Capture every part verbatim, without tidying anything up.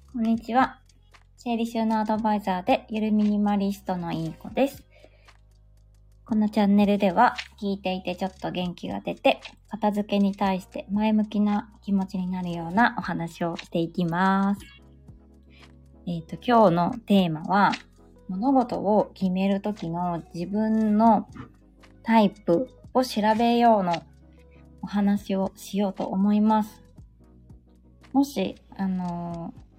こんにちは。整理収納アドバイザーでゆるミニマリストのいい子です。このチャンネルでは聞いていてちょっと元気が出て片付けに対して前向きな気持ちになるようなお話をしていきます。えっと、今日のテーマは物事を決めるときの自分のタイプを調べようのお話をしようと思います。もし、あのー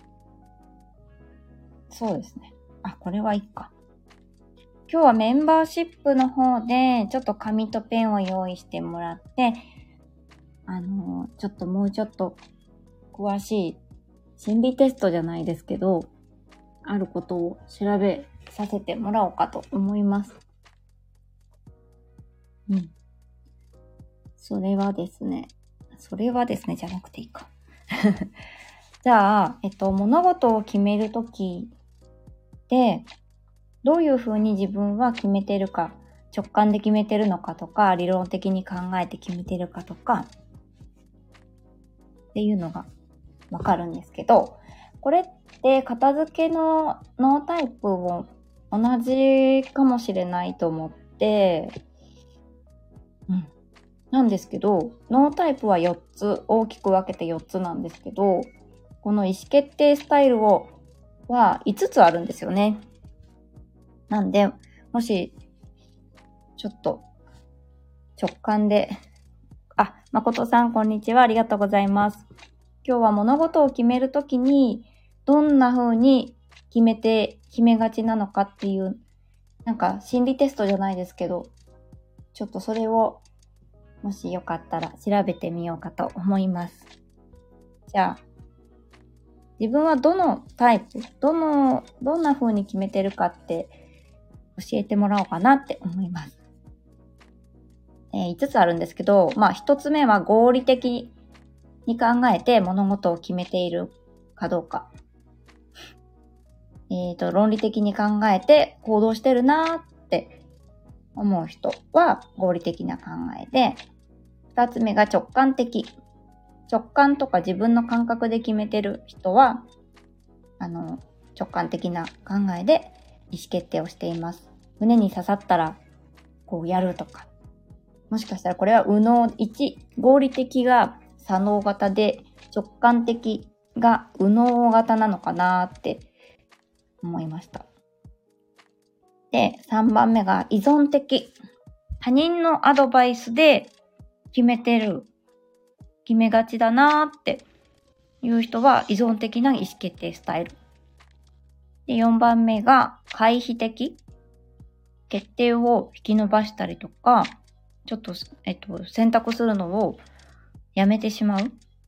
そうですね。あ、これはいいか。今日はメンバーシップの方でちょっと紙とペンを用意してもらって、あのー、ちょっともうちょっと詳しい心理テストじゃないですけど、あることを調べさせてもらおうかと思います。うん。それはですね、それはですね、じゃなくていいか。じゃあ、えっと、物事を決めるときで、どういうふうに自分は決めてるか、直感で決めてるのかとか、理論的に考えて決めてるかとか、っていうのがわかるんですけど、これって片付けの脳タイプも同じかもしれないと思って、うん。なんですけど、脳タイプはよっつ、大きく分けてよっつなんですけど、この意思決定スタイルをはいつつあるんですよね。なんで、もし、ちょっと直感で、あ、誠さんこんにちは。ありがとうございます。今日は物事を決めるときに、どんな風に決めて、決めがちなのかっていう、なんか心理テストじゃないですけど、ちょっとそれを、もしよかったら調べてみようかと思います。じゃあ、自分はどのタイプ、どの、どんな風に決めてるかって教えてもらおうかなって思います。えー、いつつあるんですけど、まあひとつめは合理的に考えて物事を決めているかどうか。えっと、論理的に考えて行動してるなーって思う人は合理的な考えで、二つ目が直感的。直感とか自分の感覚で決めてる人は、あの、直感的な考えで意思決定をしています。胸に刺さったら、こうやるとか。もしかしたらこれは右脳いち、合理的が左脳型で、直感的が右脳型なのかなって思いました。で、さんばんめが依存的。他人のアドバイスで決めてる、決めがちだなーっていう人は依存的な意思決定スタイル。で、よんばんめが回避的。決定を引き延ばしたりとか、ちょっと、えっと、選択するのをやめてしまう。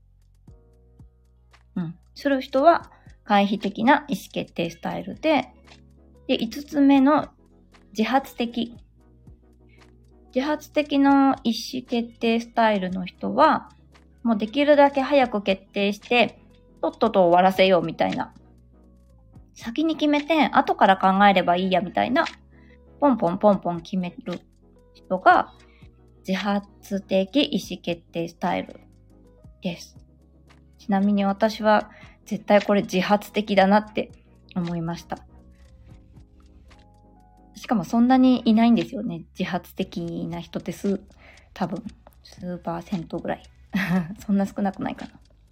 うん。する人は回避的な意思決定スタイルで、で、いつつめの自発的。自発的の意思決定スタイルの人は、もうできるだけ早く決定して、とっとと終わらせようみたいな。先に決めて、後から考えればいいやみたいな、ポンポンポンポン決める人が、自発的意思決定スタイルです。ちなみに私は絶対これ自発的だなって思いました。しかもそんなにいないんですよね。自発的な人って数、多分数パーセントぐらい。そんな少なくないかな。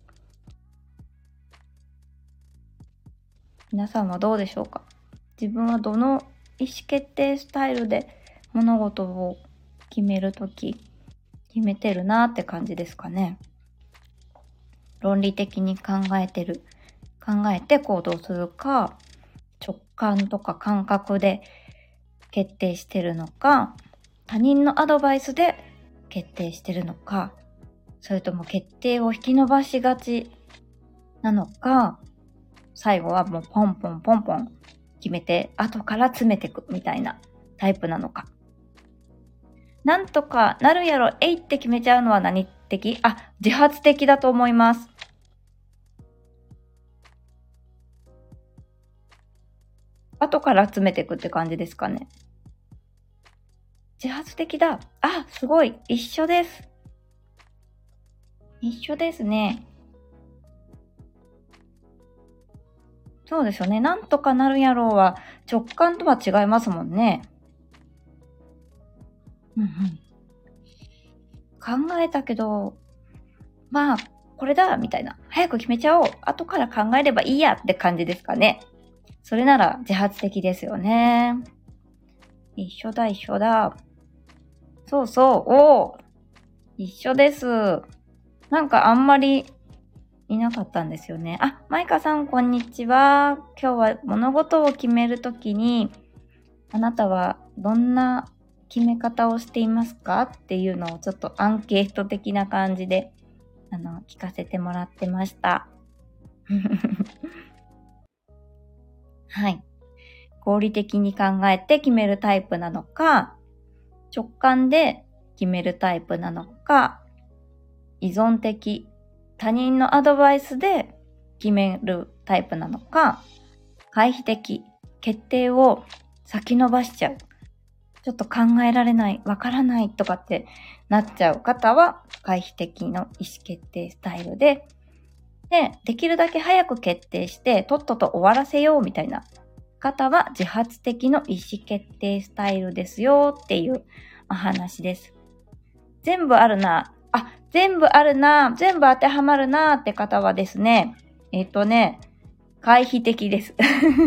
皆さんはどうでしょうか？自分はどの意思決定スタイルで物事を決めるとき決めてるなって感じですかね。論理的に考えてる、考えて行動するか、直感とか感覚で決定してるのか、他人のアドバイスで決定してるのか、それとも決定を引き延ばしがちなのか、最後はもうポンポンポンポン決めて後から詰めていくみたいなタイプなのか。なんとかなるやろ、えいって決めちゃうのは何的？あ、自発的だと思います。後から詰めていくって感じですかね。自発的だ。あ、すごい。一緒です。一緒ですね。 そうですよね。なんとかなるやろうは直感とは違いますもんね。うんうん。考えたけど、まあ、これだみたいな。早く決めちゃおう。後から考えればいいやって感じですかね。それなら自発的ですよね。一緒だ一緒だ。そうそう。おー。一緒です。なんかあんまりいなかったんですよね。あ、マイカさんこんにちは。今日は物事を決めるときに、あなたはどんな決め方をしていますかっていうのをちょっとアンケート的な感じで、あの、聞かせてもらってました。はい。合理的に考えて決めるタイプなのか、直感で決めるタイプなのか、依存的、他人のアドバイスで決めるタイプなのか、回避的、決定を先延ばしちゃう。ちょっと考えられない、わからないとかってなっちゃう方は、回避的の意思決定スタイルで、で、できるだけ早く決定して、とっとと終わらせようみたいな方は、自発的の意思決定スタイルですよっていうお話です。全部あるな。あ、全部あるな。全部当てはまるなって方はですね、えっとね、回避的です。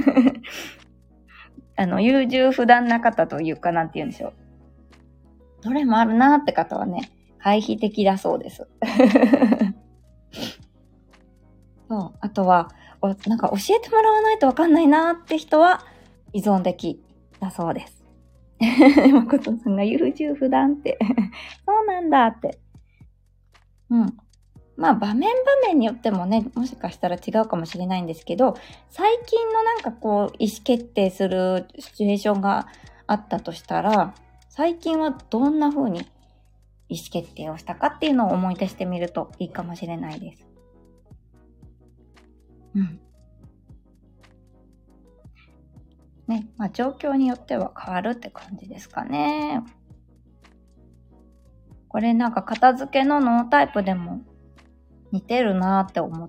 あの、優柔不断な方というか、なんて言うんでしょう。どれもあるなって方はね、回避的だそうです。そう。あとは、なんか教えてもらわないとわかんないなって人は、依存的だそうです。誠さんが優柔不断って。そうなんだって。うん。まあ場面場面によってもね、もしかしたら違うかもしれないんですけど、最近のなんかこう意思決定するシチュエーションがあったとしたら、最近はどんな風に意思決定をしたかっていうのを思い出してみるといいかもしれないです。うん。ね、まあ状況によっては変わるって感じですかね。これなんか片付けのノータイプでも似てるなって思って、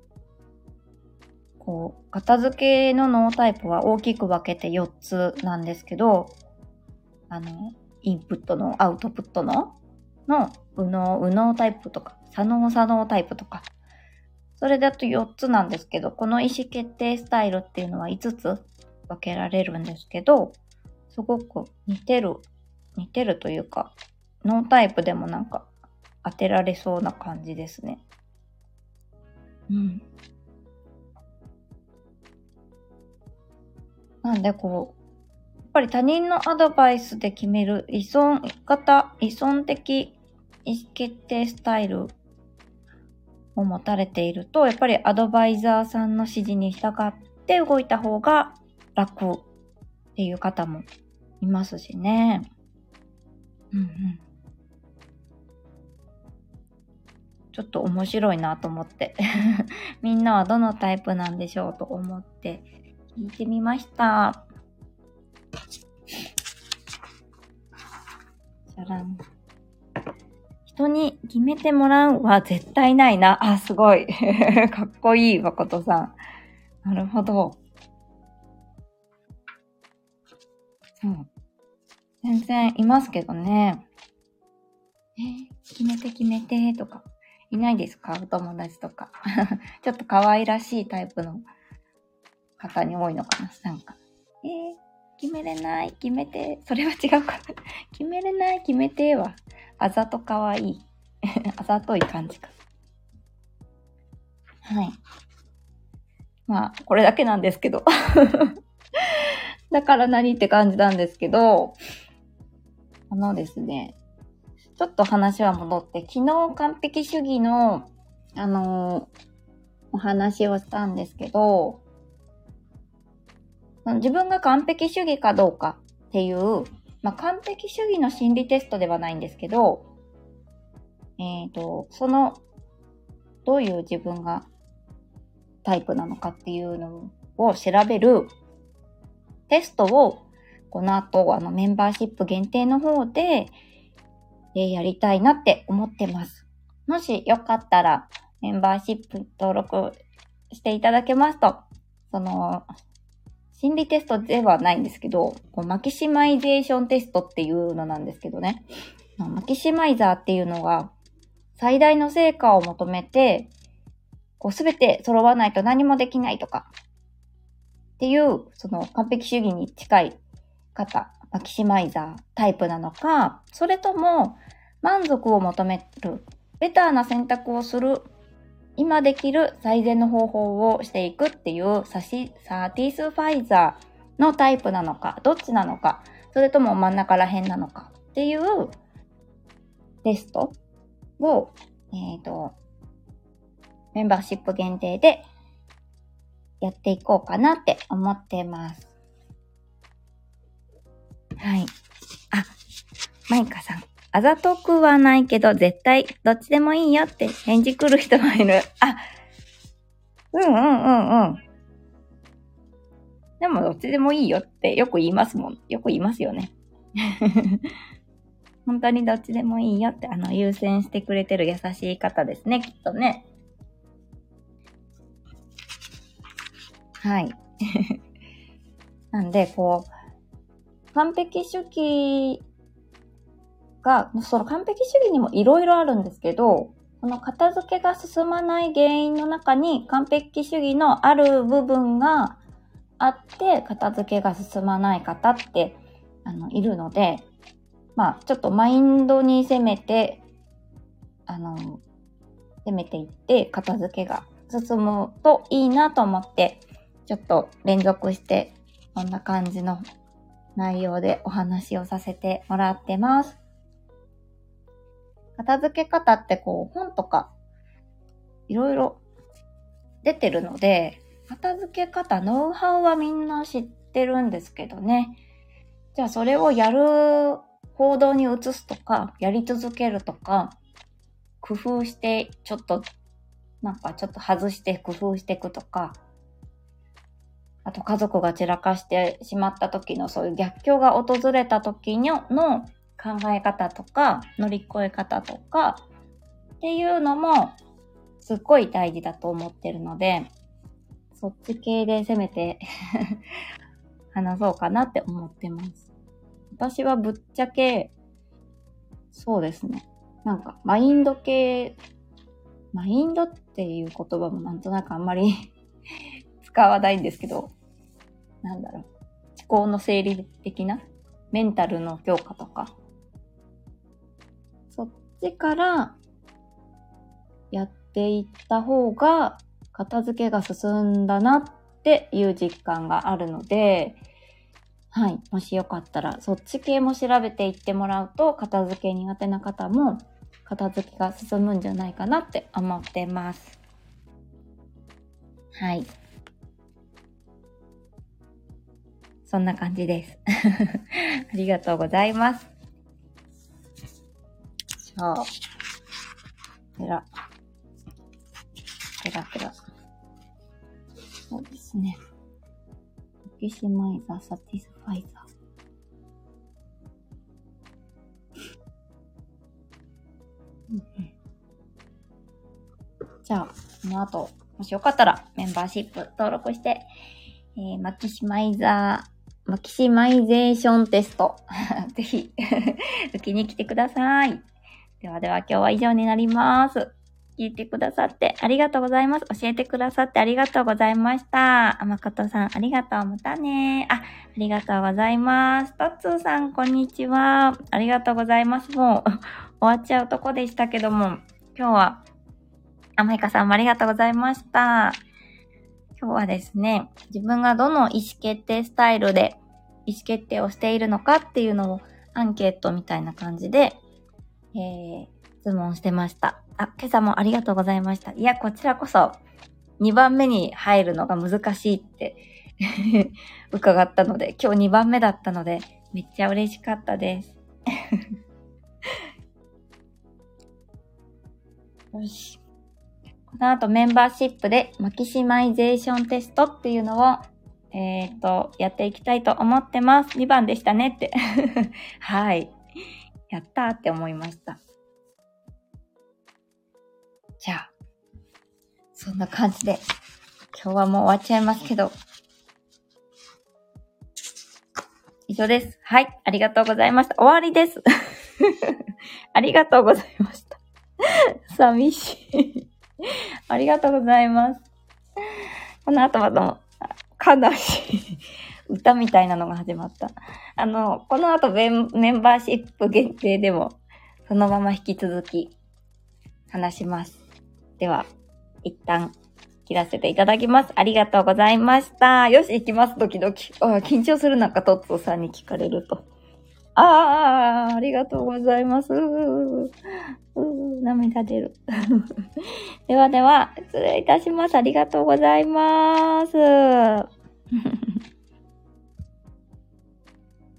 こう、片付けのノータイプは大きく分けてよっつなんですけど、あの、インプットのアウトプットの、の、右脳、右脳タイプとか、左脳左脳タイプとか、それだとよっつなんですけど、この意思決定スタイルっていうのはいつつ分けられるんですけど、すごく似てる、似てるというか、ノータイプでもなんか当てられそうな感じですね。うん。なんでこう、やっぱり他人のアドバイスで決める依存型、依存的意思決定スタイルを持たれていると、やっぱりアドバイザーさんの指示に従って動いた方が楽っていう方もいますしね。うんうん。ちょっと面白いなと思って。みんなはどのタイプなんでしょうと思って聞いてみました。じゃらん。人に決めてもらうは絶対ないな。あ、すごい。かっこいい、誠さん。なるほど。うん。全然いますけどね。えー、決めて決めてとか。いないですか？お友達とか。ちょっと可愛らしいタイプの方に多いのかな、なんか。えー、決めれない、決めて。それは違うかな。決めれない、決めては、あざと可愛い。あざとい感じか。はい。まあ、これだけなんですけど。だから何って感じなんですけど、あのですね、ちょっと話は戻って、昨日完璧主義の、あのー、お話をしたんですけど、自分が完璧主義かどうかっていう、まあ、完璧主義の心理テストではないんですけど、えっと、その、どういう自分がタイプなのかっていうのを調べるテストを、この後、あの、メンバーシップ限定の方で、えやりたいなって思ってます。もしよかったら、メンバーシップ登録していただけますと、 その、心理テストではないんですけど、こうマキシマイゼーションテストっていうのなんですけどね。マキシマイザーっていうのが、最大の成果を求めて、こうすべて揃わないと何もできないとか、っていう、その完璧主義に近い方、マキシマイザータイプなのか、それとも満足を求める、ベターな選択をする、今できる最善の方法をしていくっていうサシ、サティスファイザーのタイプなのか、どっちなのか、それとも真ん中ら辺なのかっていうテストを、えっと、メンバーシップ限定でやっていこうかなって思ってます。はい。あ、マイカさん。あざとくはないけど、絶対どっちでもいいよって返事来る人もいる。あ、うんうんうんうん。でもどっちでもいいよってよく言いますもん。よく言いますよね。本当にどっちでもいいよって、あの、優先してくれてる優しい方ですね、きっとね。はい。なんで、こう、完璧主義が、その完璧主義にもいろいろあるんですけど、この片付けが進まない原因の中に完璧主義のある部分があって、片付けが進まない方って、あの、いるので、まあ、ちょっとマインドに攻めて、あの、攻めていって、片付けが進むといいなと思って、ちょっと連続して、こんな感じの内容でお話をさせてもらってます。片付け方ってこう、本とか、いろいろ出てるので、片付け方、ノウハウはみんな知ってるんですけどね。じゃあそれをやる行動に移すとか、やり続けるとか、工夫して、ちょっと、なんかちょっと外して工夫していくとか、あと家族が散らかしてしまった時のそういう逆境が訪れた時のの考え方とか乗り越え方とかっていうのもすっごい大事だと思ってるので、そっち系で攻めて話そうかなって思ってます。私はぶっちゃけそうですね。なんかマインド系、マインドっていう言葉もなんとなくあんまり使わないんですけど、なんだろう、思考の整理的なメンタルの強化とか、そっちからやっていった方が片付けが進んだなっていう実感があるので、はい、もしよかったらそっち系も調べていってもらうと、片付け苦手な方も片付けが進むんじゃないかなって思ってます。はい。そんな感じです。ありがとうございます。じゃあ、ペラ。ペラペラ。そうですね。マキシマイザー、サティスファイザー。うんうん、じゃあ、この後、もしよかったらメンバーシップ登録して、えー、マキシマイザー、マキシマイゼーションテスト。ぜひ、受けに来てください。ではでは今日は以上になります。聞いてくださってありがとうございます。教えてくださってありがとうございました。あまことさん、ありがとう。またね。あ、ありがとうございます。とっつーさん、こんにちは。ありがとうございます。もう、終わっちゃうとこでしたけども、今日は、あまいかさんもありがとうございました。今日はですね、自分がどの意思決定スタイルで意思決定をしているのかっていうのをアンケートみたいな感じで、えー、質問してました。あ、今朝もありがとうございました。いや、こちらこそにばんめに入るのが難しいって伺ったので、今日にばんめだったのでめっちゃ嬉しかったです。よし。この後メンバーシップでマキシマイゼーションテストっていうのをえっとやっていきたいと思ってます。にばんでしたねってはい、やったーって思いました。じゃあそんな感じで今日はもう終わっちゃいますけど、 一緒です。はい。ありがとうございました。終わりです。ありがとうございました。寂しい。ありがとうございます。この後はどうも、悲しい。歌みたいなのが始まった。あの、この後メンメンバーシップ限定でも、そのまま引き続き話します。では、一旦切らせていただきます。ありがとうございました。よし、行きます。ドキドキ。あ、緊張する中、トッツーさんに聞かれると。ああ、ありがとうございます。うー、涙出る。ではでは、失礼いたします。ありがとうございます。